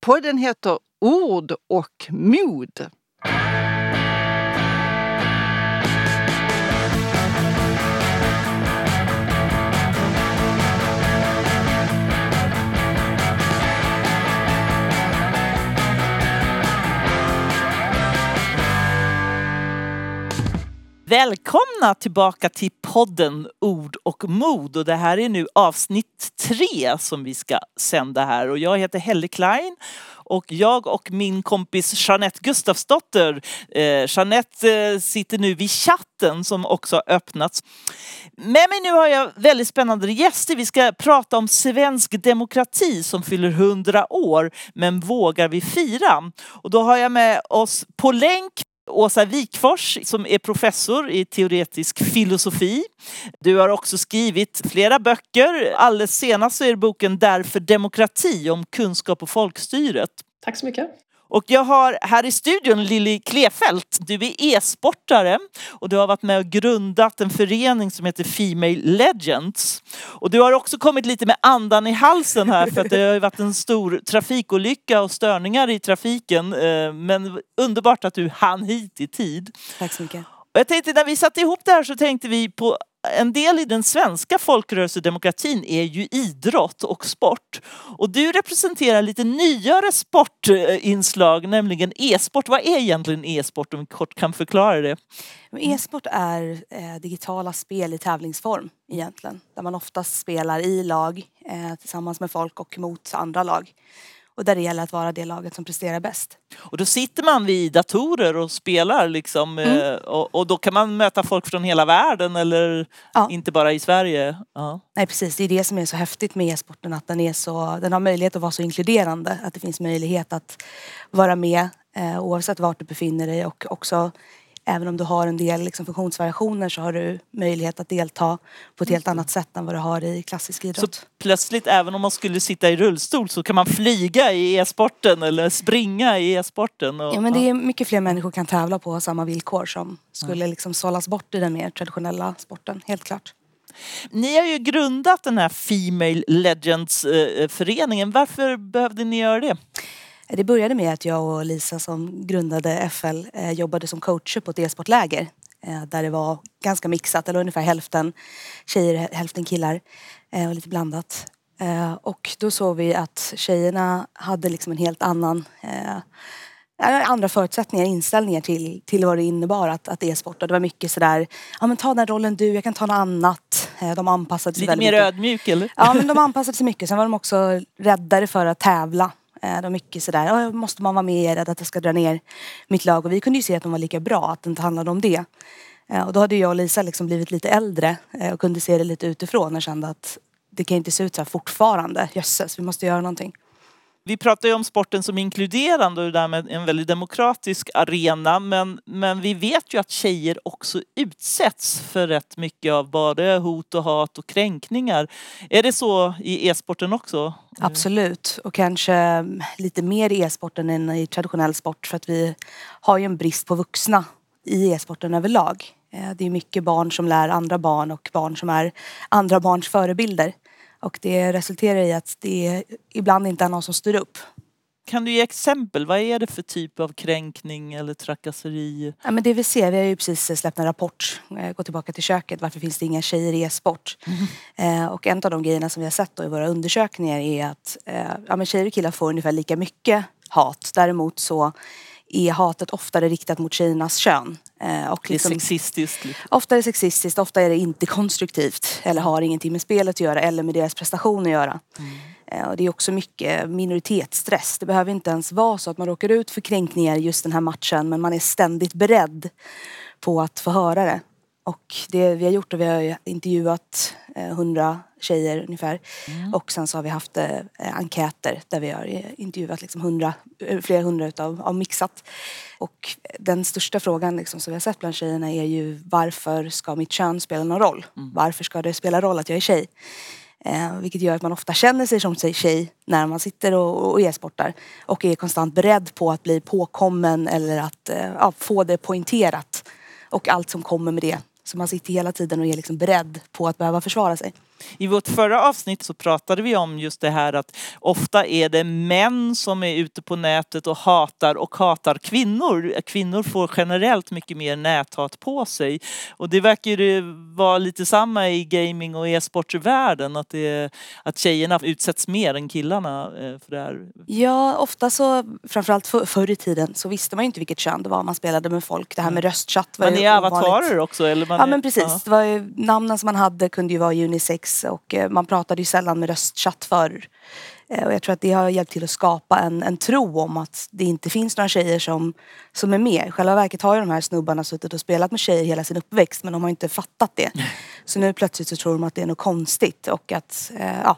Podden heter Ord och mod. Välkomna tillbaka till podden Ord och mod, och det här är nu avsnitt 3 som vi ska sända här, och jag heter Helle Klein och jag och min kompis Jeanette Gustafsdotter. Jeanette sitter nu vid chatten som också har öppnats. Med mig nu har jag väldigt spännande gäster. Vi ska prata om svensk demokrati som fyller 100 år, men vågar vi fira? Och då har jag med oss på länk Åsa Wikfors som är professor i teoretisk filosofi. Du har också skrivit flera böcker. Alldeles senast så är det boken Därför demokrati, om kunskap och folkstyret. Tack så mycket. Och jag har här i studion Lilly Klefelt. Du är e-sportare och du har varit med och grundat en förening som heter Female Legends. Och du har också kommit lite med andan i halsen här för att det har varit en stor trafikolycka och störningar i trafiken. Men underbart att du hann hit i tid. Tack så mycket. Och jag tänkte, när vi satte ihop det här så tänkte vi på en del i den svenska folkrörelsedemokratin är ju idrott och sport. Och du representerar lite nyare sportinslag, nämligen e-sport. Vad är egentligen e-sport, om vi kort kan förklara det? E-sport är digitala spel i tävlingsform egentligen. Där man oftast spelar i lag tillsammans med folk och mot andra lag. Och där det gäller att vara det laget som presterar bäst. Och då sitter man vid datorer och spelar liksom. Och då kan man möta folk från hela världen eller inte bara i Sverige. Ja. Nej, precis. Det är det som är så häftigt med e-sporten. Att den har möjlighet att vara så inkluderande. Att det finns möjlighet att vara med oavsett vart du befinner dig. Och också, även om du har en del funktionsvariationer, så har du möjlighet att delta på ett helt annat sätt än vad du har i klassisk idrott. Så plötsligt, även om man skulle sitta i rullstol, så kan man flyga i e-sporten eller springa i e-sporten. Ja, men det är mycket fler människor kan tävla på samma villkor som skulle sållas bort i den mer traditionella sporten, helt klart. Ni har ju grundat den här Female Legends-föreningen. Varför behövde ni göra det? Det började med att jag och Lisa som grundade FL jobbade som coacher på ett e-sportläger. Där det var ganska mixat, eller ungefär hälften tjejer, hälften killar. Och lite blandat. Och då såg vi att tjejerna hade en helt andra förutsättningar, inställningar till vad det innebar att e-sporta. Det var mycket sådär, ja men ta den rollen du, jag kan ta något annat. De anpassade sig lite mer mycket. Ödmjuk eller? Ja, men de anpassade sig mycket. Sen var de också räddare för att tävla. De var mycket sådär, måste man vara med, jag är rädd att jag ska dra ner mitt lag. Och vi kunde ju se att de var lika bra, att det inte handlade om det. Och då hade jag och Lisa blivit lite äldre och kunde se det lite utifrån och kände att det kan inte se ut så här fortfarande. Jösses, vi måste göra någonting. Vi pratar ju om sporten som inkluderande och därmed en väldigt demokratisk arena. Men vi vet ju att tjejer också utsätts för rätt mycket av både hot och hat och kränkningar. Är det så i e-sporten också? Absolut. Och kanske lite mer i e-sporten än i traditionell sport. För att vi har ju en brist på vuxna i e-sporten överlag. Det är mycket barn som lär andra barn och barn som är andra barns förebilder. Och det resulterar i att det ibland inte är någon som styr upp. Kan du ge exempel? Vad är det för typ av kränkning eller trakasseri? Ja, men det vi ser, vi har ju precis släppt en rapport. Gå tillbaka till köket. Varför finns det inga tjejer i e-sport? Och en av de grejerna som vi har sett då i våra undersökningar är att men tjejer och killar får ungefär lika mycket hat. Däremot så är hatet oftare riktat mot tjejernas kön. Och det är sexistiskt. Ofta är det sexistiskt, ofta är det inte konstruktivt. Eller har ingenting med spelet att göra eller med deras prestation att göra. Och det är också mycket minoritetsstress. Det behöver inte ens vara så att man råkar ut för kränkningar just den här matchen. Men man är ständigt beredd på att få höra det. Och det vi har gjort, och vi har intervjuat 100 tjejer ungefär. Och sen så har vi haft enkäter där vi har intervjuat flera hundra av mixat. Och den största frågan som vi har sett bland tjejerna är ju, varför ska mitt kön spela någon roll? Varför ska det spela roll att jag är tjej? Vilket gör att man ofta känner sig som tjej när man sitter och e-sportar. Och är konstant beredd på att bli påkommen eller att få det poängterat. Och allt som kommer med det. Så man sitter hela tiden och är beredd på att behöva försvara sig. I vårt förra avsnitt så pratade vi om just det här att ofta är det män som är ute på nätet och hatar kvinnor. Kvinnor får generellt mycket mer näthat på sig. Och det verkar ju vara lite samma i gaming och e-sportvärlden. Att tjejerna utsätts mer än killarna för det här. Ja, ofta så, framförallt förr i tiden, så visste man ju inte vilket kön det var man spelade med folk. Det här med röstchatt var man ju är avatarer också? Eller ja, men precis. Ja. Det var ju, namnen som man hade kunde ju vara unisex och man pratade ju sällan med röstchatt förr. Och jag tror att det har hjälpt till att skapa en tro om att det inte finns några tjejer som är med. I själva verket har ju de här snubbarna suttit och spelat med tjejer hela sin uppväxt, men de har inte fattat det. Så nu plötsligt så tror de att det är något konstigt och att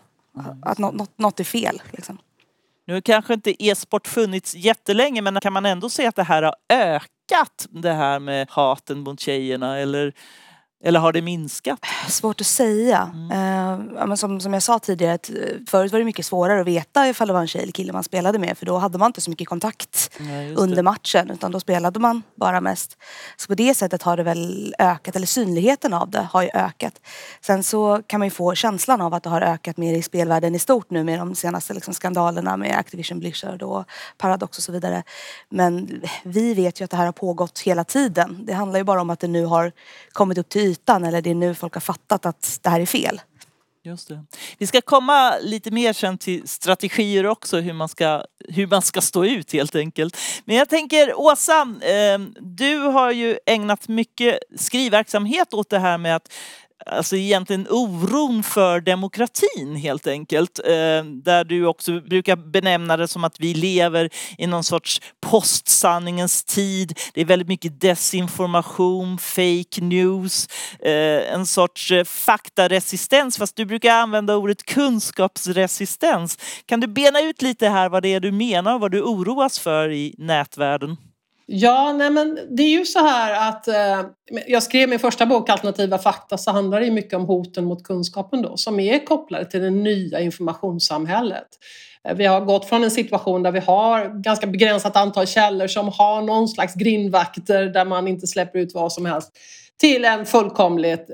något är fel liksom. Nu kanske inte e-sport funnits jättelänge, men kan man ändå se att det här har ökat, det här med haten mot tjejerna, eller har det minskat? Svårt att säga. Men som jag sa tidigare, att förut var det mycket svårare att veta ifall det var en tjej eller kille man spelade med. För då hade man inte så mycket kontakt under matchen, utan då spelade man bara mest. Så på det sättet har det väl ökat, eller synligheten av det har ju ökat. Sen så kan man ju få känslan av att det har ökat mer i spelvärlden i stort nu med de senaste liksom skandalerna med Activision Blizzard och Paradox och så vidare. Men vi vet ju att det här har pågått hela tiden. Det handlar ju bara om att det nu har kommit upp till ytan, eller det är nu folk har fattat att det här är fel. Just det. Vi ska komma lite mer sen till strategier också, hur man ska stå ut helt enkelt. Men jag tänker, Åsa, du har ju ägnat mycket skrivverksamhet åt det här med att alltså egentligen oron för demokratin helt enkelt. Där du också brukar benämna det som att vi lever i någon sorts postsanningens tid. Det är väldigt mycket desinformation, fake news, en sorts faktaresistens, fast du brukar använda ordet kunskapsresistens. Kan du bena ut lite här vad det är du menar och vad du oroas för i nätvärlden? Ja, nej men det är ju så här att jag skrev min första bok Alternativa fakta, så handlar det ju mycket om hoten mot kunskapen då, som är kopplade till det nya informationssamhället. Vi har gått från en situation där vi har ganska begränsat antal källor som har någon slags grindvakter där man inte släpper ut vad som helst, till en fullkomligt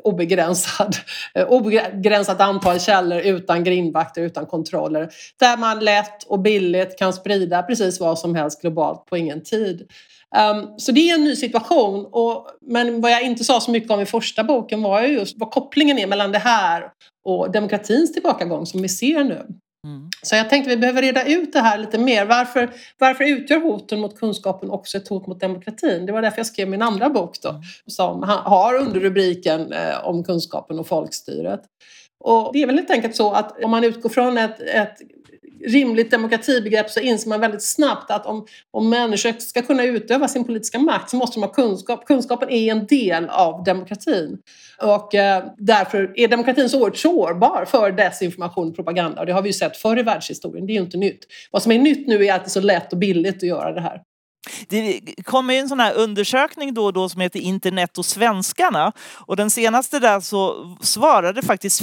obegränsat antal källor utan grindvakter, utan kontroller. Där man lätt och billigt kan sprida precis vad som helst globalt på ingen tid. Så det är en ny situation. Men vad jag inte sa så mycket om i första boken var ju just vad kopplingen är mellan det här och demokratins tillbakagång som vi ser nu. Så jag tänkte vi behöver reda ut det här lite mer. Varför utgör hoten mot kunskapen också ett hot mot demokratin? Det var därför jag skrev min andra bok då, som har underrubriken om kunskapen och folkstyret. Och det är väl helt enkelt så att om man utgår från ett rimligt demokratibegrepp, så inser man väldigt snabbt att om människor ska kunna utöva sin politiska makt så måste de ha kunskap. Kunskapen är en del av demokratin. Och därför är demokratin så oerhört sårbar för desinformation och propaganda. Och det har vi ju sett förr i världshistorien. Det är ju inte nytt. Vad som är nytt nu är att det är så lätt och billigt att göra det här. Det kommer en sån här undersökning då och då som heter Internet och svenskarna, och den senaste där så svarade faktiskt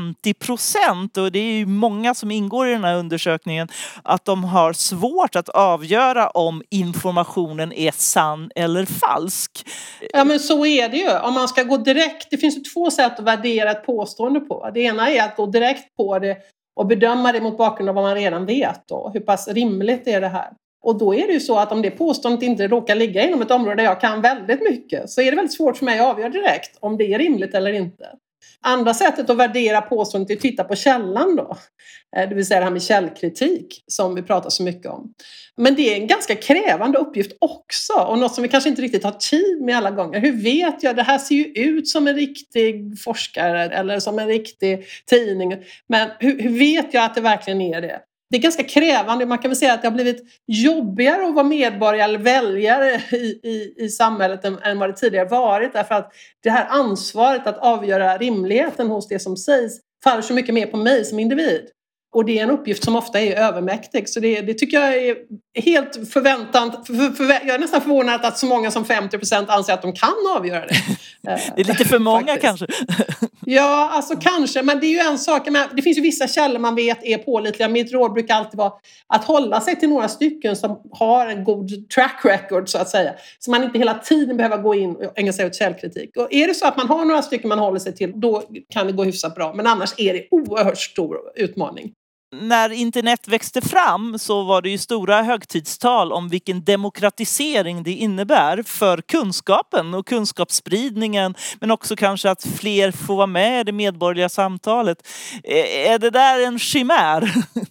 50%, och det är ju många som ingår i den här undersökningen, att de har svårt att avgöra om informationen är sann eller falsk. Ja, men så är det ju. Om man ska gå direkt, det finns ju två sätt att värdera ett påstående på. Det ena är att gå direkt på det och bedöma det mot bakgrund av vad man redan vet då. Hur pass rimligt är det här? Och då är det ju så att om det påståendet inte råkar ligga inom ett område där jag kan väldigt mycket, så är det väldigt svårt för mig att avgöra direkt om det är rimligt eller inte. Andra sättet att värdera påståendet är att titta på källan då. Det vill säga det här med källkritik som vi pratar så mycket om. Men det är en ganska krävande uppgift också, och något som vi kanske inte riktigt har tid med alla gånger. Hur vet jag? Det här ser ju ut som en riktig forskare eller som en riktig tidning. Men hur vet jag att det verkligen är det? Det är ganska krävande. Man kan väl säga att det har blivit jobbigare att vara medborgare eller väljare i samhället än vad det tidigare varit. Därför att det här ansvaret att avgöra rimligheten hos det som sägs faller så mycket mer på mig som individ. Och det är en uppgift som ofta är övermäktig. Så det tycker jag är helt förväntat. Jag är nästan förvånad att så många som 50% anser att de kan avgöra det. Det är lite för många kanske. Ja, alltså kanske. Men det är ju en sak. Det finns ju vissa källor man vet är pålitliga. Mitt råd brukar alltid vara att hålla sig till några stycken som har en god track record så att säga. Så man inte hela tiden behöver gå in och ägna sig åt källkritik. Och är det så att man har några stycken man håller sig till, då kan det gå hyfsat bra. Men annars är det oerhört stor utmaning. När internet växte fram så var det ju stora högtidstal om vilken demokratisering det innebär för kunskapen och kunskapsspridningen, men också kanske att fler får vara med i det medborgerliga samtalet. Är det där en chimär?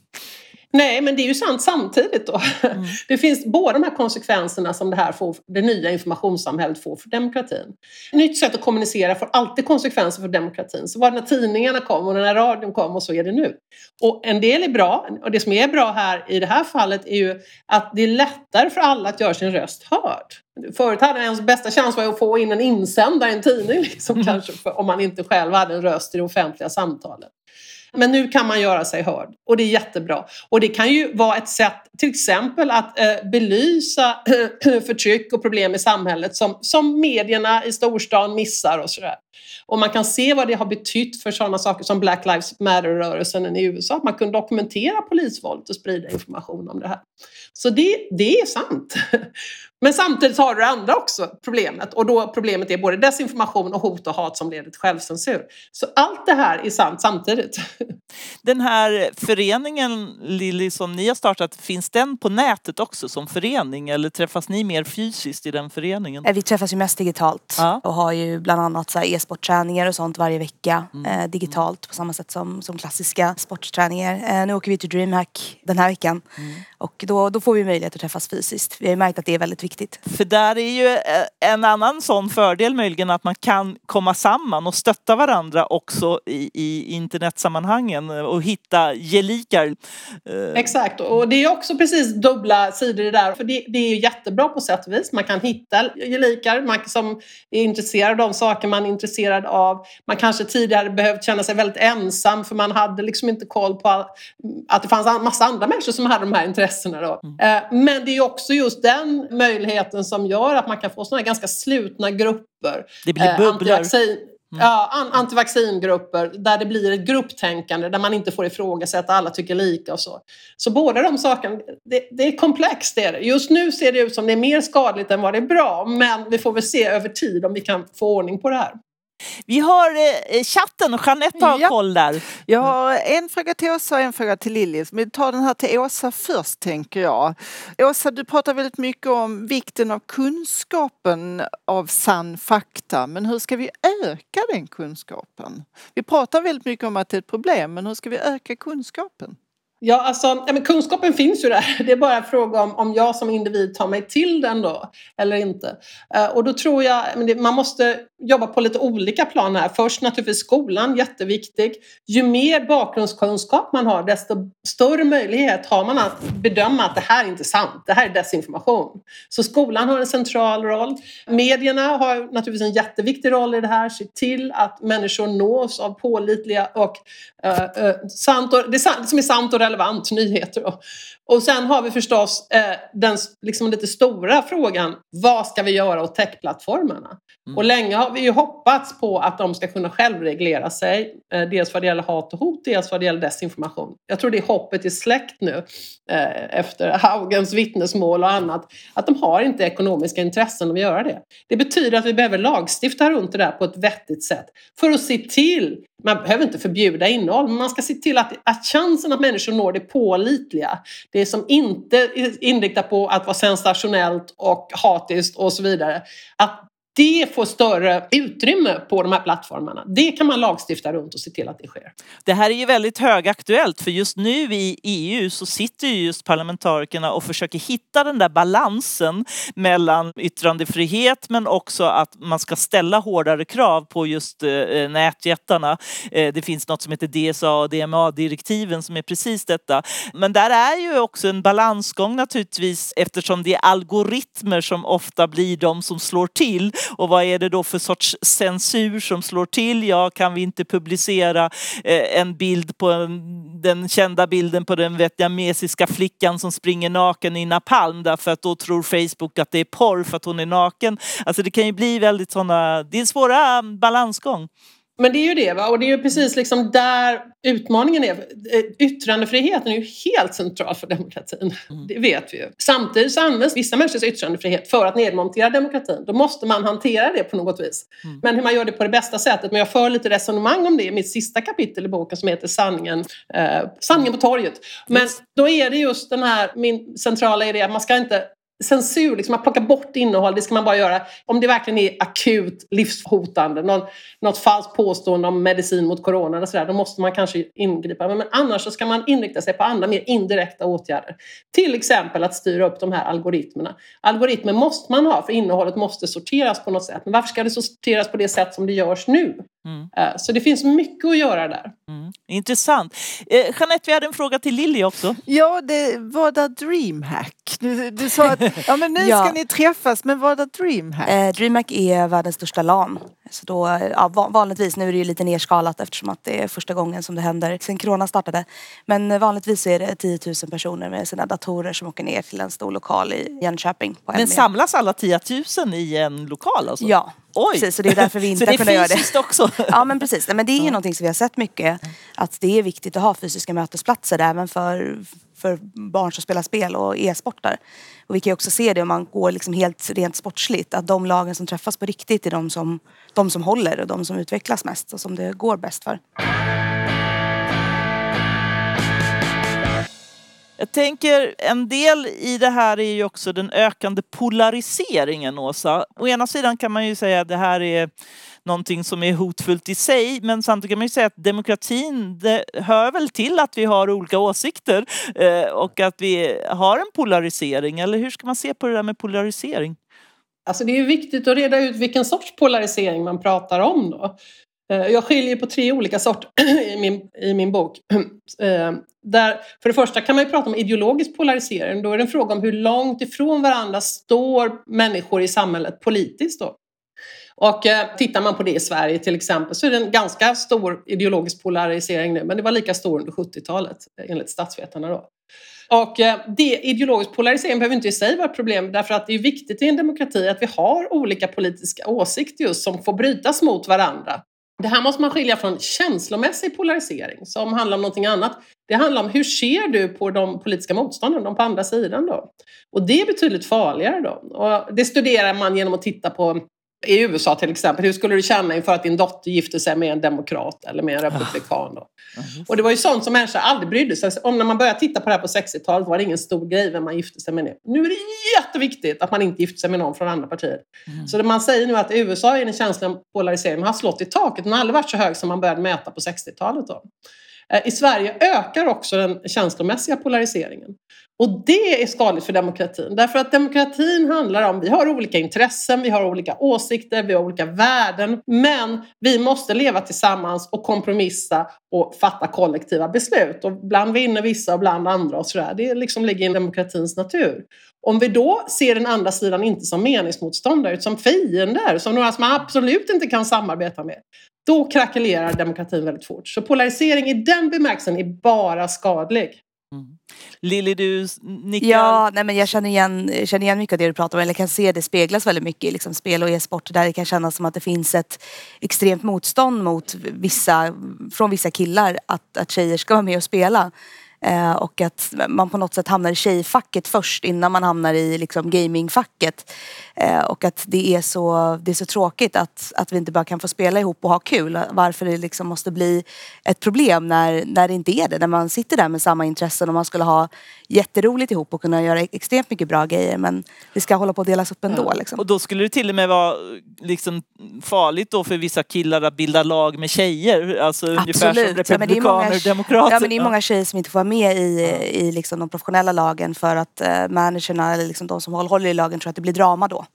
Nej, men det är ju sant samtidigt då. Det finns båda de här konsekvenserna som det nya informationssamhället får för demokratin. Nytt sätt att kommunicera får alltid konsekvenser för demokratin. Så var det när tidningarna kom och när radion kom och så är det nu. Och en del är bra, och det som är bra här i det här fallet är ju att det är lättare för alla att göra sin röst hörd. Förut hade ens bästa chans var att få in en insändare i en tidning liksom, kanske om man inte själv hade en röst i det offentliga samtalet. Men nu kan man göra sig hörd och det är jättebra. Och det kan ju vara ett sätt till exempel att belysa förtryck och problem i samhället som medierna i storstan missar och sådär. Och man kan se vad det har betytt för sådana saker som Black Lives Matter-rörelsen i USA. Att man kunde dokumentera polisvåld och sprida information om det här. Så det är sant. Men samtidigt har du det andra också, problemet. Och då problemet är både desinformation och hot och hat som leder till självcensur. Så allt det här är sant samtidigt. Den här föreningen, Lilly, som ni har startat, finns den på nätet också som förening? Eller träffas ni mer fysiskt i den föreningen? Vi träffas ju mest digitalt och har ju bland annat så här e-sportträningar och sånt varje vecka digitalt på samma sätt som klassiska sportträningar. Nu åker vi till DreamHack den här veckan och då får vi möjlighet att träffas fysiskt. Vi har ju märkt att det är väldigt viktigt. För där är ju en annan sån fördel möjligen att man kan komma samman och stötta varandra också i internetsammanhangen och hitta gelikar. Exakt, och det är också precis dubbla sidor det där. För det är ju jättebra på sätt och vis. Man kan hitta gelikar som är intresserade av de saker man är intresserad av. Man kanske tidigare behövt känna sig väldigt ensam för man hade liksom inte koll på att det fanns en massa andra människor som hade de här intressena då. Men det är också just den möjligheten som gör att man kan få sådana här ganska slutna grupper. Det blir bubblor. Antivaccingrupper där det blir ett grupptänkande där man inte får ifrågasätta, alla tycker lika och så. Så båda de sakerna, det är komplext det är det. Just nu ser det ut som det är mer skadligt än vad det är bra, men vi får väl se över tid om vi kan få ordning på det här. Vi har chatten och Jeanette har koll där. Jag har en fråga till Åsa och en fråga till Lilly. Vi tar den här till Åsa först, tänker jag. Åsa, du pratar väldigt mycket om vikten av kunskapen av sann fakta. Men hur ska vi öka den kunskapen? Vi pratar väldigt mycket om att det är ett problem, men hur ska vi öka kunskapen? Ja, alltså, men kunskapen finns ju där. Det är bara en fråga om jag som individ tar mig till den då, eller inte. Och då tror jag, man måste jobba på lite olika plan här. Först naturligtvis skolan, jätteviktig. Ju mer bakgrundskunskap man har, desto större möjlighet har man att bedöma att det här är inte sant. Det här är desinformation. Så skolan har en central roll. Medierna har naturligtvis en jätteviktig roll i det här. Se till att människor nås av pålitliga och det som är sant och relevant nyheter då. Och sen har vi förstås den liksom lite stora frågan, vad ska vi göra åt techplattformarna? Och länge har vi ju hoppats på att de ska kunna självreglera sig, dels vad det gäller hat och hot, dels vad det gäller desinformation. Jag tror det hoppet är släckt nu efter Haugens vittnesmål och annat, att de har inte ekonomiska intressen att göra det. Det betyder att vi behöver lagstifta runt det där på ett vettigt sätt för att se till, man behöver inte förbjuda innehåll, men man ska se till att chansen att människor når det pålitliga, det som inte är inriktat på att vara sensationellt och hatiskt och så vidare, att det får större utrymme på de här plattformarna. Det kan man lagstifta runt och se till att det sker. Det här är ju väldigt högaktuellt, för just nu i EU så sitter ju just parlamentarikerna och försöker hitta den där balansen mellan yttrandefrihet men också att man ska ställa hårdare krav på just nätjättarna. Det finns något som heter DSA och DMA-direktiven som är precis detta. Men där är ju också en balansgång naturligtvis, eftersom det är algoritmer som ofta blir de som slår till. Och vad är det då för sorts censur som slår till? Ja, kan vi inte publicera en bild på den kända bilden på den vietnamesiska flickan som springer naken i Napalm, därför att då tror Facebook att det är porr för att hon är naken. Alltså det kan ju bli väldigt sådana, det är en svåra balansgång. Men det är ju det, va? Och det är ju precis liksom där utmaningen är. Yttrandefriheten är ju helt central för demokratin. Det vet vi ju. Samtidigt så används vissa människors yttrandefrihet för att nedmontera demokratin. Då måste man hantera det på något vis. Men hur man gör det på det bästa sättet. Men jag för lite resonemang om det i mitt sista kapitel i boken som heter Sanningen på torget. Men då är det just den här, min centrala idé att man ska inte censur, liksom att plocka bort innehåll, det ska man bara göra om det verkligen är akut livshotande, något falskt påstående om medicin mot corona och sådär, då måste man kanske ingripa, men annars så ska man inrikta sig på andra mer indirekta åtgärder, till exempel att styra upp de här algoritmerna. Algoritmer måste man ha, för innehållet måste sorteras på något sätt, men varför ska det sorteras på det sätt som det görs nu? Så det finns mycket att göra där. Intressant. Jeanette, vi hade en fråga till Lilly också. Ja, det var där DreamHack. Du sa att men nu ska ni träffas, men vad är DreamHack? DreamHack är världens största LAN. Så då, vanligtvis, nu är det ju lite nerskalat eftersom att det är första gången som det händer sen corona startade. Men vanligtvis är det 10 000 personer med sina datorer som åker ner till en stor lokal i Jönköping. Men samlas alla 10 000 i en lokal alltså? Ja. Oj. Precis, så det är därför vi inte kunde göra det. Så det är fysiskt också? Ja, men precis. Men det är ju någonting som vi har sett mycket. Att det är viktigt att ha fysiska mötesplatser även för barn som spelar spel och e-sportar. Och vi kan ju också se det om man går liksom helt rent sportsligt. Att de lagen som träffas på riktigt är de som håller och de som utvecklas mest och som det går bäst för. Jag tänker, en del i det här är ju också den ökande polariseringen, Åsa. Å ena sidan kan man ju säga att det här är någonting som är hotfullt i sig, men samtidigt kan man ju säga att demokratin, det hör väl till att vi har olika åsikter och att vi har en polarisering, eller hur ska man se på det där med polarisering? Alltså det är ju viktigt att reda ut vilken sorts polarisering man pratar om då. Jag skiljer på 3 olika sorter i min bok. Där, för det första kan man ju prata om ideologisk polarisering. Då är det en fråga om hur långt ifrån varandra står människor i samhället politiskt då. Och tittar man på det i Sverige till exempel så är det en ganska stor ideologisk polarisering nu. Men det var lika stor under 70-talet enligt statsvetarna då. Och det ideologisk polarisering behöver inte i sig vara ett problem, därför att det är viktigt i en demokrati att vi har olika politiska åsikter just som får brytas mot varandra. Det här måste man skilja från känslomässig polarisering som handlar om någonting annat. Det handlar om hur ser du på de politiska motståndarna, de på andra sidan då. Och det är betydligt farligare då. Och det studerar man genom att titta på i USA till exempel. Hur skulle du känna inför att din dotter gifte sig med en demokrat eller med en republikan då? Och det var ju sånt som människor aldrig brydde sig om. När man började titta på det här på 60-talet var det ingen stor grej vem man gifte sig med det. Nu är det jätteviktigt att man inte gifter sig med någon från andra partier. Så det man säger nu att i USA är den känslan polarisering har slått i taket. Den har aldrig varit så hög som man började mäta på 60-talet då. I Sverige ökar också den känslomässiga polariseringen. Och det är skadligt för demokratin. Därför att demokratin handlar om, vi har olika intressen, vi har olika åsikter, vi har olika värden. Men vi måste leva tillsammans och kompromissa och fatta kollektiva beslut. Och ibland vinner vissa och ibland andra och sådär. Det liksom ligger i demokratins natur. Om vi då ser den andra sidan inte som meningsmotståndare, utan som fiender, som några som man absolut inte kan samarbeta med. Då krackelerar demokratin väldigt fort. Så polarisering i den bemärkelsen är bara skadlig. Lilly, du nickar. Ja, nej, men jag känner igen mycket av det du pratar om. Eller kan se det speglas väldigt mycket i liksom spel och e-sport. Där det kan kännas som att det finns ett extremt motstånd från vissa killar att tjejer ska vara med och spela. Och att man på något sätt hamnar i tjejfacket först innan man hamnar i liksom gamingfacket. Och att det är så tråkigt att vi inte bara kan få spela ihop och ha kul. Varför det liksom måste bli ett problem när det inte är det. När man sitter där med samma intressen och man skulle ha jätteroligt ihop och kunna göra extremt mycket bra grejer. Men det ska hålla på att delas upp ändå. Liksom. Och då skulle det till och med vara liksom farligt då för vissa killar att bilda lag med tjejer. Alltså ungefär som republikaner och demokrater. Ja, men det är många tjejer som inte får vara med i liksom de professionella lagen för att managerna eller liksom de som håller i lagen tror att det blir drama då.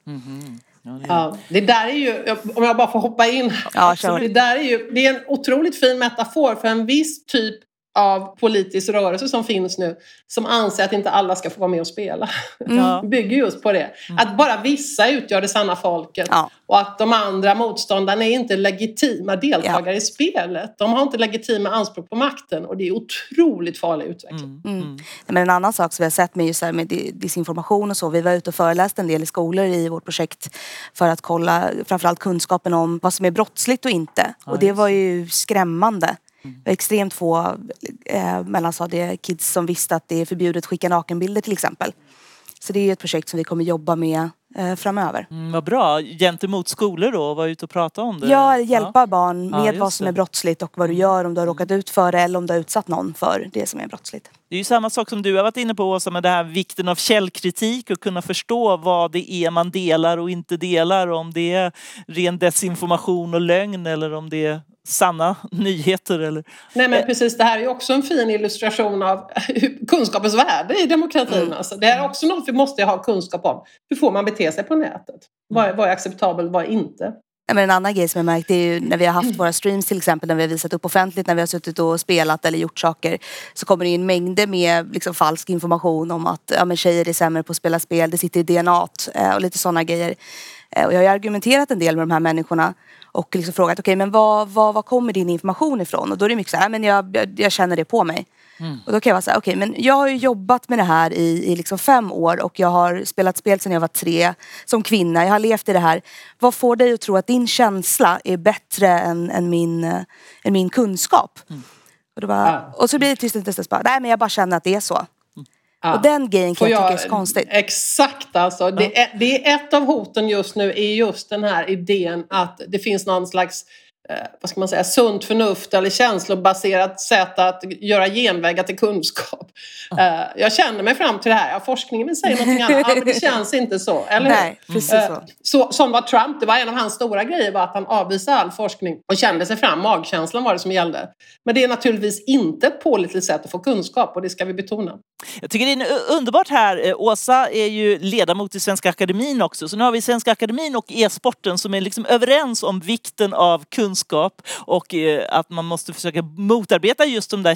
Ja, det där är ju, om jag bara får hoppa in, det är en otroligt fin metafor för en viss typ av politisk rörelse som finns nu som anser att inte alla ska få vara med och spela. Bygger just på det. Att bara vissa utgör det sanna folket och att de andra motståndarna är inte legitima deltagare i spelet. De har inte legitima anspråk på makten och det är otroligt farlig utveckling. Men en annan sak som vi har sett med just här med disinformation och så, vi var ute och föreläste en del i skolor i vårt projekt för att kolla framförallt kunskapen om vad som är brottsligt och inte. Och det var ju skrämmande. Det var extremt få mellanstadiekids som visste att det är förbjudet att skicka nakenbilder till exempel. Så det är ett projekt som vi kommer jobba med framöver. Vad bra. Gentemot skolor då? Var ute och prata om det? Ja, hjälpa barn med vad som är brottsligt och vad du gör om du har råkat ut för det eller om du har utsatt någon för det som är brottsligt. Det är ju samma sak som du har varit inne på, Åsa, med det här vikten av källkritik och kunna förstå vad det är man delar och inte delar. Och om det är ren desinformation och lögn eller om det är sanna nyheter. Eller... Nej, men precis, det här är ju också en fin illustration av kunskapens värde i demokratin. Alltså, det är också något vi måste ha kunskap om. Hur får man bete sig på nätet? Vad är acceptabelt, vad är inte? Men en annan grej som jag märkt är ju när vi har haft våra streams till exempel, när vi har visat upp offentligt, när vi har suttit och spelat eller gjort saker, så kommer det in mängder med liksom falsk information om att men tjejer är sämre på att spela spel, det sitter i DNA och lite sådana grejer. Och jag har argumenterat en del med de här människorna och liksom frågat, okej, men vad kommer din information ifrån? Och då är det mycket så här, men jag känner det på mig. Och då kan jag vara så här, okej, men jag har ju jobbat med det här i liksom 5 år och jag har spelat spel sedan jag var 3 som kvinna. Jag har levt i det här. Vad får dig att tro att din känsla är bättre än min kunskap? Och så blir det tyst en test bara, nej men jag bara känner att det är så. Och den grejen kan jag tycka är så konstigt. Exakt alltså. Det är ett av hoten just nu är just den här idén att det finns någon slags vad ska man säga, sunt förnuft eller känslobaserat sätt att göra genvägar till kunskap. Jag känner mig fram till det här. Forskningen vill säga någonting annat. Men det känns inte så, eller Nej, precis så. Som var Trump, det var en av hans stora grejer var att han avvisade all forskning och kände sig fram. Magkänslan var det som gällde. Men det är naturligtvis inte ett pålitligt sätt att få kunskap och det ska vi betona. Jag tycker det är underbart här. Åsa är ju ledamot i Svenska Akademin också. Så nu har vi Svenska Akademin och e-sporten som är liksom överens om vikten av kunskap och att man måste försöka motarbeta just de där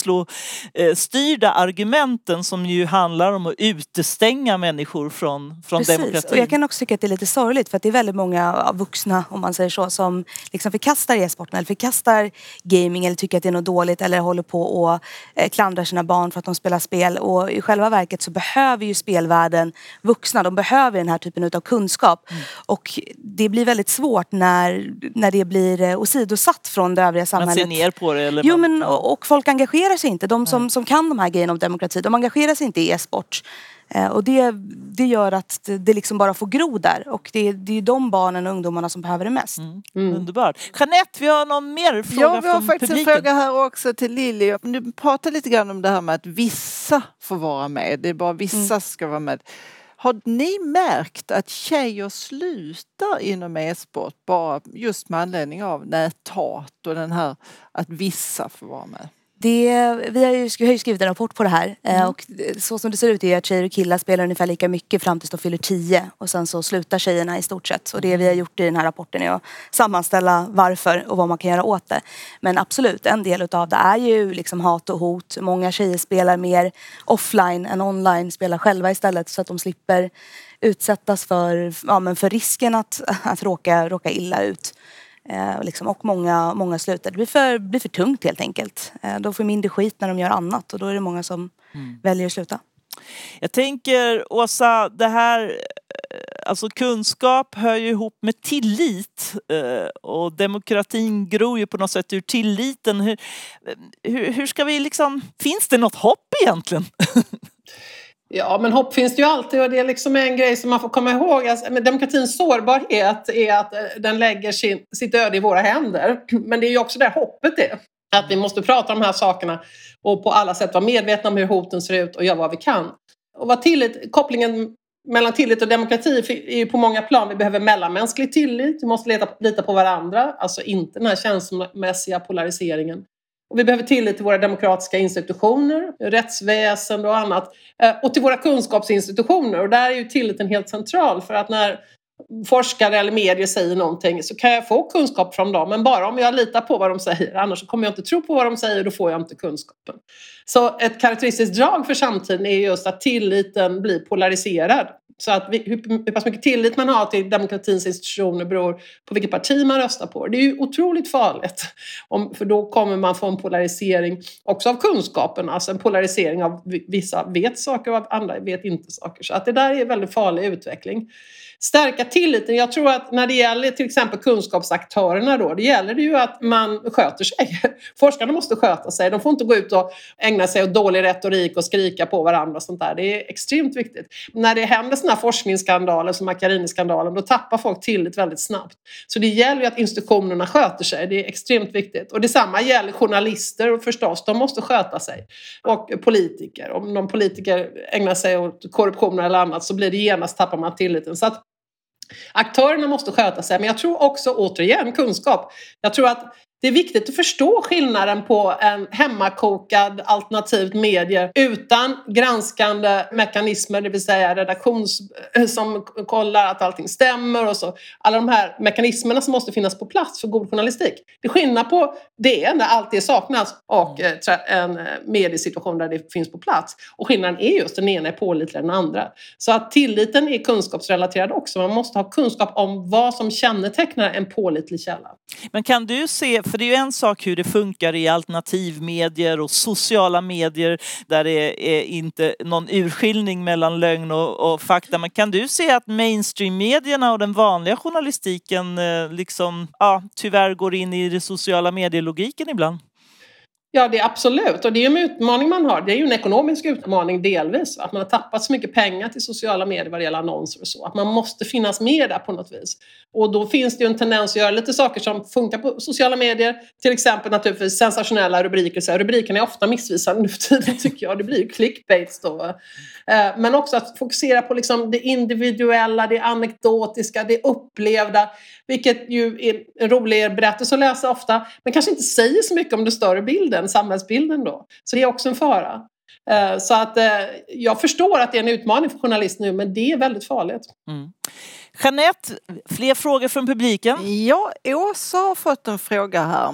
känslostyrda argumenten som ju handlar om att utestänga människor från demokratin. Och jag kan också tycka att det är lite sorgligt för att det är väldigt många vuxna, om man säger så, som liksom förkastar e-sporten eller förkastar gaming eller tycker att det är något dåligt eller håller på och klandrar sina barn för att de spelar spel. Och i själva verket så behöver ju spelvärlden vuxna, de behöver den här typen av kunskap. Och det blir väldigt svårt när det blir åsidosatt från det övriga samhället. Man ser ner på det? Eller men och folk engagerar sig inte. De som kan de här grejerna om demokrati, de engagerar sig inte i e-sport. Och det gör att det liksom bara får gro där. Och det är de barnen och ungdomarna som behöver det mest. Underbart. Jeanette, vi har någon mer fråga från publiken? Ja, vi har faktiskt en fråga här också till Lili. Du pratar lite grann om det här med att vissa får vara med. Det är bara vissa ska vara med. Har ni märkt att tjejer slutar inom e-sport bara just med anledning av näthat och den här att vissa får vara med? Vi har ju skrivit en rapport på det här och så som det ser ut är att tjejer och killar spelar ungefär lika mycket fram tills de fyller 10 och sen så slutar tjejerna i stort sett. Och det vi har gjort i den här rapporten är att sammanställa varför och vad man kan göra åt det. Men absolut, en del utav det är ju liksom hat och hot. Många tjejer spelar mer offline än online, spelar själva istället så att de slipper utsättas för risken att råka illa ut. Och många slutar. Det blir för tungt helt enkelt. De får mindre skit när de gör annat och då är det många som väljer att sluta. Jag tänker, Åsa, det här, alltså kunskap hör ju ihop med tillit och demokratin gror ju på något sätt ur tilliten. Hur ska vi liksom, finns det något hopp egentligen? Ja, men hopp finns det ju alltid och det är liksom en grej som man får komma ihåg. Alltså, demokratins sårbarhet är att den lägger sitt öde i våra händer. Men det är ju också där hoppet är. Att vi måste prata om de här sakerna och på alla sätt vara medvetna om hur hoten ser ut och göra vad vi kan. Och kopplingen mellan tillit och demokrati är ju på många plan. Vi behöver mellanmänsklig tillit, vi måste lita på varandra. Alltså inte den här känslomässiga polariseringen. Och vi behöver tillit till våra demokratiska institutioner, rättsväsen och annat. Och till våra kunskapsinstitutioner. Och där är ju tilliten helt central. För att när forskare eller medier säger någonting så kan jag få kunskap från dem. Men bara om jag litar på vad de säger. Annars kommer jag inte tro på vad de säger och då får jag inte kunskapen. Så ett karaktäristiskt drag för samtiden är just att tilliten blir polariserad. Så att hur pass mycket tillit man har till demokratins institutioner beror på vilket parti man röstar på. Det är ju otroligt farligt. För då kommer man få en polarisering också av kunskapen. Alltså en polarisering av vissa vet saker och andra vet inte saker. Så att det där är en väldigt farlig utveckling. Stärka tilliten. Jag tror att när det gäller till exempel kunskapsaktörerna då, det gäller det ju att man sköter sig. Forskarna måste sköta sig. De får inte gå ut och ägna sig åt dålig retorik och skrika på varandra och sånt där. Det är extremt viktigt. När det händer såna här forskningsskandaler som Macchiarini-skandalen, då tappar folk tillit väldigt snabbt. Så det gäller ju att institutionerna sköter sig. Det är extremt viktigt. Och detsamma gäller journalister och förstås, de måste sköta sig. Och politiker. Om någon politiker ägnar sig åt korruption eller annat så blir det genast tappar man tilliten. Så att aktörerna måste sköta sig, men jag tror också återigen kunskap. Jag tror att det är viktigt att förstå skillnaden på en hemmakokad alternativt medier utan granskande mekanismer, det vill säga redaktions som kollar att allting stämmer och så. Alla de här mekanismerna som måste finnas på plats för god journalistik. Det är skillnad på det när allt det saknas och en mediesituation där det finns på plats. Och skillnaden är just den ena är pålitligare än den andra. Så att tilliten är kunskapsrelaterad också. Man måste ha kunskap om vad som kännetecknar en pålitlig källa. Men kan du se, för det är ju en sak hur det funkar i alternativmedier och sociala medier där det är inte någon urskiljning mellan lögn och fakta. Men kan du se att mainstream-medierna och den vanliga journalistiken tyvärr går in i det sociala medielogiken ibland? Ja, det är absolut. Och det är en utmaning man har. Det är ju en ekonomisk utmaning delvis. Att man har tappat så mycket pengar till sociala medier vad det gäller annonser och så. Att man måste finnas med där på något vis. Och då finns det ju en tendens att göra lite saker som funkar på sociala medier. Till exempel naturligtvis sensationella rubriker. Så rubrikerna är ofta missvisande nu för tiden tycker jag. Det blir ju clickbait då. Men också att fokusera på liksom det individuella, det anekdotiska, det upplevda. Vilket ju är en rolig berättelse att läsa ofta. Men kanske inte säger så mycket om den större bilden, samhällsbilden då. Så det är också en fara. Så att jag förstår att det är en utmaning för journalister nu, men det är väldigt farligt. Mm. Jeanette, fler frågor från publiken? Ja, Åsa har fått en fråga här.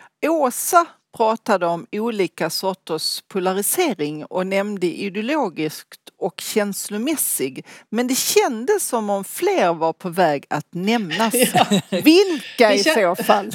Åsa pratade om olika sorters polarisering och nämnde ideologiskt och känslomässig. Men det kändes som om fler var på väg att nämnas. Ja. Vilka i så fall?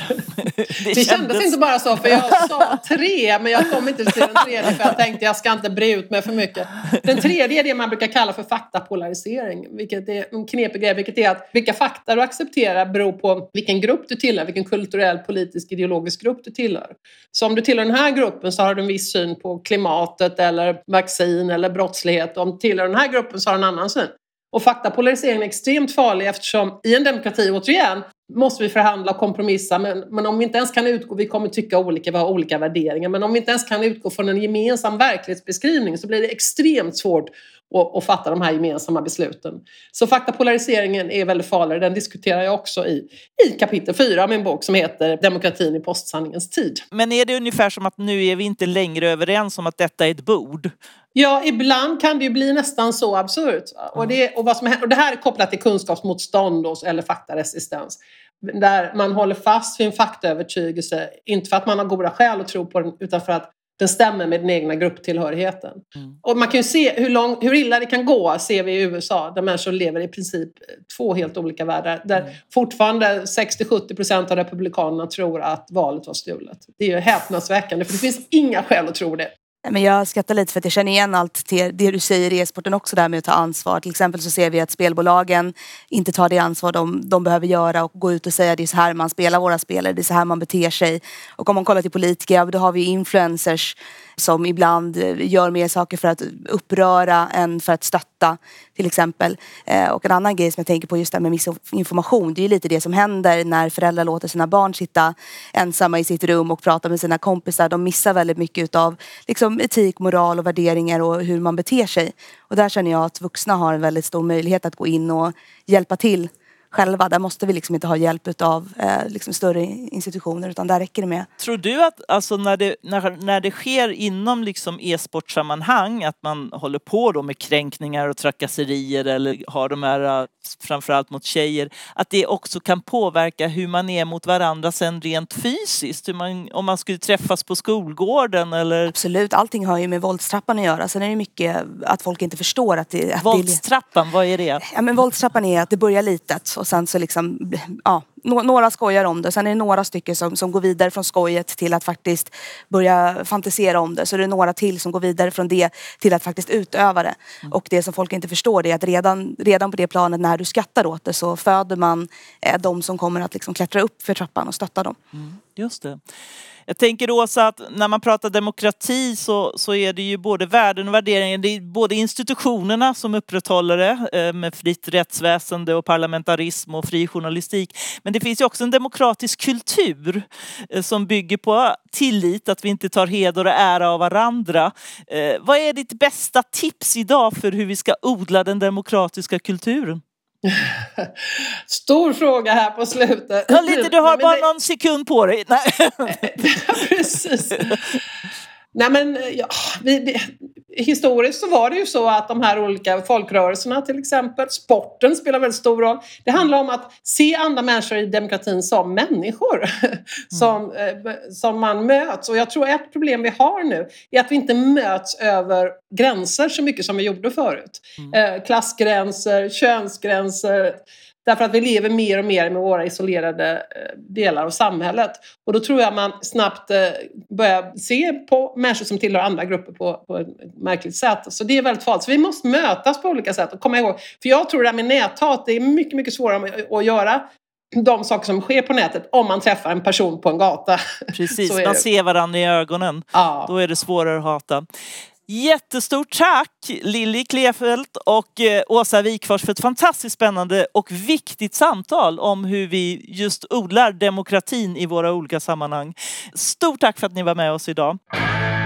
Det kändes inte bara så, för jag sa 3, men jag kom inte till den tredje för jag tänkte jag ska inte bre ut mig för mycket. Den tredje är det man brukar kalla för faktapolarisering, vilket är en knepig grej, vilket är att vilka fakta du accepterar beror på vilken grupp du tillhör, vilken kulturell, politisk, ideologisk grupp du tillhör. Så om du tillhör den här gruppen så har du en viss syn på klimatet eller vaccin eller brottslighet. Om du tillhör den här gruppen så har du en annan syn. Och faktapolarisering är extremt farlig eftersom i en demokrati återigen måste vi förhandla och kompromissa. Men om vi inte ens kan utgå, vi kommer tycka olika, vi har olika värderingar. Men om vi inte ens kan utgå från en gemensam verklighetsbeskrivning så blir det extremt svårt att fatta de här gemensamma besluten. Så faktapolariseringen är väldigt farlig. Den diskuterar jag också i kapitel 4 av min bok som heter Demokratin i postsanningens tid. Men är det ungefär som att nu är vi inte längre överens om att detta är ett bord? Ja, ibland kan det ju bli nästan så absurt. Och det här är kopplat till kunskapsmotstånd eller faktaresistens. Där man håller fast vid en faktaövertygelse. Inte för att man har goda skäl att tro på den utan för att den stämmer med den egna grupptillhörigheten. Och man kan ju se hur illa det kan gå, ser vi i USA. Där människor lever i princip 2 helt olika världar. Där fortfarande 60-70% av republikanerna tror att valet var stulet. Det är ju häpnadsväckande, för det finns inga skäl att tro det. Men jag skrattar lite för att jag känner igen allt till det du säger i e-sporten också där med att ta ansvar. Till exempel så ser vi att spelbolagen inte tar det ansvar de behöver göra och gå ut och säga att det är så här man spelar våra spelare, det är så här man beter sig. Och om man kollar till politiker, då har vi influencers som ibland gör mer saker för att uppröra än för att stötta till exempel. Och en annan grej som jag tänker på just det med missinformation, det är ju lite det som händer när föräldrar låter sina barn sitta ensamma i sitt rum och prata med sina kompisar. De missar väldigt mycket av liksom etik, moral och värderingar och hur man beter sig. Och där känner jag att vuxna har en väldigt stor möjlighet att gå in och hjälpa till själva. Där måste vi liksom inte ha hjälp av liksom större institutioner, utan där räcker det med. Tror du att alltså när det sker inom liksom e-sportsammanhang att man håller på då med kränkningar och trakasserier eller har de här framförallt mot tjejer, att det också kan påverka hur man är mot varandra sen rent fysiskt? Om man skulle träffas på skolgården eller... Absolut, allting har ju med våldstrappan att göra. Sen är det mycket att folk inte förstår att det... Våldstrappan, vad är det? Ja, men våldstrappan är att det börjar litet och sen så liksom, ja, några skojar om det. Sen är det några stycken som går vidare från skojet till att faktiskt börja fantisera om det. Så det är några till som går vidare från det till att faktiskt utöva det. Och det som folk inte förstår är att redan på det planet när du skrattar åt det så föder man de som kommer att liksom klättra upp för trappan och stötta dem. Just det. Jag tänker då så att när man pratar demokrati så är det ju både värden och värderingar. Det är både institutionerna som upprätthåller det med fritt rättsväsende och parlamentarism och fri journalistik. Men det finns ju också en demokratisk kultur som bygger på tillit, att vi inte tar heder och ära av varandra. Vad är ditt bästa tips idag för hur vi ska odla den demokratiska kulturen? Stor fråga här på slutet. Ja, lite, du har bara någon sekund på dig. Nej. Precis. Nej, men historiskt så var det ju så att de här olika folkrörelserna, till exempel sporten, spelar väldigt stor roll. Det handlar om att se andra människor i demokratin som människor som man möts. Och jag tror ett problem vi har nu är att vi inte möts över gränser så mycket som vi gjorde förut. Klassgränser, könsgränser. Därför att vi lever mer och mer med våra isolerade delar av samhället. Och då tror jag man snabbt börjar se på människor som tillhör andra grupper på ett märkligt sätt. Så det är väldigt farligt. Så vi måste mötas på olika sätt och komma ihåg. För jag tror det här med näthat, det är mycket, mycket svårare att göra de saker som sker på nätet om man träffar en person på en gata. Precis, man ser varandra i ögonen. Ja. Då är det svårare att hata. Jättestort tack Lilly Klefelt och Åsa Wikfors för ett fantastiskt spännande och viktigt samtal om hur vi just odlar demokratin i våra olika sammanhang. Stort tack för att ni var med oss idag.